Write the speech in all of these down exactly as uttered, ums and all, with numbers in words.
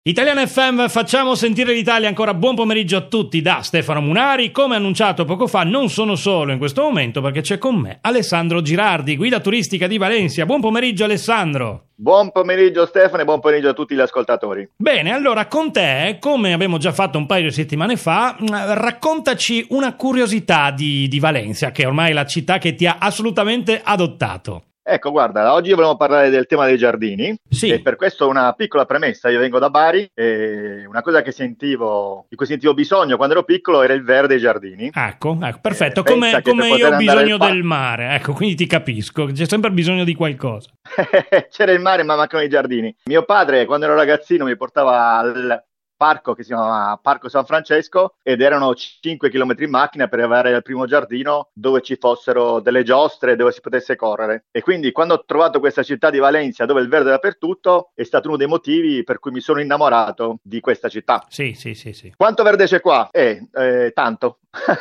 Italiana F M, facciamo sentire l'Italia. Ancora buon pomeriggio a tutti da Stefano Munari. Come annunciato poco fa, non sono solo in questo momento perché c'è con me Alessandro Girardi, guida turistica di Valencia. Buon pomeriggio Alessandro. Buon pomeriggio Stefano e buon pomeriggio a tutti gli ascoltatori. Bene, allora con te, come abbiamo già fatto un paio di settimane fa, raccontaci una curiosità di, di Valencia, che è ormai la città che ti ha assolutamente adottato. Ecco, guarda, oggi volevo parlare del tema dei giardini. Sì. E per questo una piccola premessa. Io vengo da Bari e una cosa che sentivo, di cui sentivo bisogno quando ero piccolo era il verde ai giardini. Ecco, ecco perfetto, Eh, come, come io ho bisogno pa- del mare, ecco, quindi ti capisco, c'è sempre bisogno di qualcosa. C'era il mare ma mancano i giardini. Mio padre quando ero ragazzino mi portava al parco che si chiama Parco San Francesco ed erano cinque chilometri in macchina per arrivare al primo giardino dove ci fossero delle giostre dove si potesse correre. E quindi quando ho trovato questa città di Valencia dove il verde è dappertutto è stato uno dei motivi per cui mi sono innamorato di questa città. Sì, sì, sì, sì. Quanto verde c'è qua? Eh, eh tanto.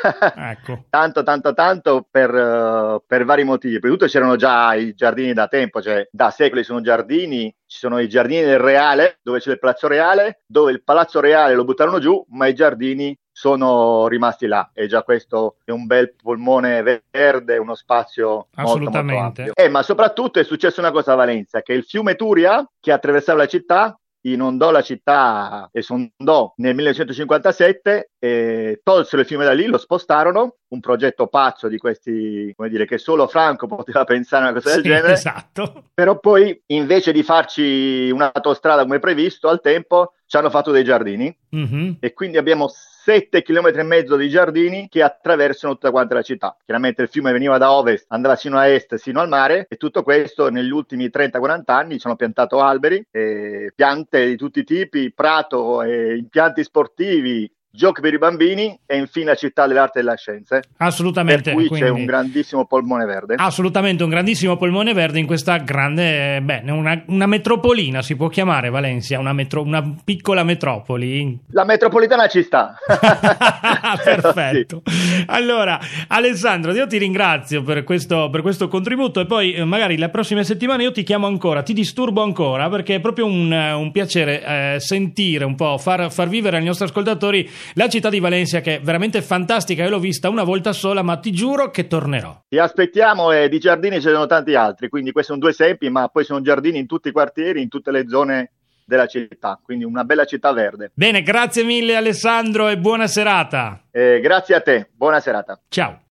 Ecco. Tanto, tanto, tanto per, uh, per vari motivi. Prima di tutto c'erano già i giardini da tempo, cioè da secoli sono giardini. Ci sono i giardini del Reale, dove c'è il Palazzo Reale, dove il Palazzo Reale lo buttarono giù, ma i giardini sono rimasti là. E già questo è un bel polmone verde, uno spazio molto, molto ampio. Eh, ma soprattutto è successa una cosa a Valencia, che il fiume Turia, che attraversava la città, inondò la città, esondò nel millenovecentocinquantasette e tolsero il fiume da lì, lo spostarono, un progetto pazzo di questi, come dire, che solo Franco poteva pensare a una cosa del sì, genere. Esatto. Però poi invece di farci un'autostrada come previsto al tempo ci hanno fatto dei giardini. Mm-hmm. E quindi abbiamo sette chilometri e mezzo di giardini che attraversano tutta quanta la città. Chiaramente il fiume veniva da ovest, andava sino a est, sino al mare, e tutto questo negli ultimi trenta quaranta anni ci hanno piantato alberi, e piante di tutti i tipi, prato, e impianti sportivi, giochi per i bambini e infine la città dell'arte e delle scienze. Assolutamente. Per cui quindi... c'è un grandissimo polmone verde. Assolutamente un grandissimo polmone verde in questa grande, beh, una, una metropolina si può chiamare Valencia, una, metro, una piccola metropoli. La metropolitana ci sta. Perfetto. Sì. Allora, Alessandro, io ti ringrazio per questo, per questo contributo e poi eh, magari la prossima settimana io ti chiamo ancora, ti disturbo ancora perché è proprio un, un piacere eh, sentire un po', far, far vivere ai nostri ascoltatori la città di Valencia, che è veramente fantastica. Io l'ho vista una volta sola, ma ti giuro che tornerò. Ti aspettiamo, e di giardini ce ne sono tanti altri, quindi questi sono due esempi, ma poi sono giardini in tutti i quartieri, in tutte le zone della città, quindi una bella città verde. Bene, grazie mille Alessandro e buona serata. Eh, grazie a te, buona serata. Ciao.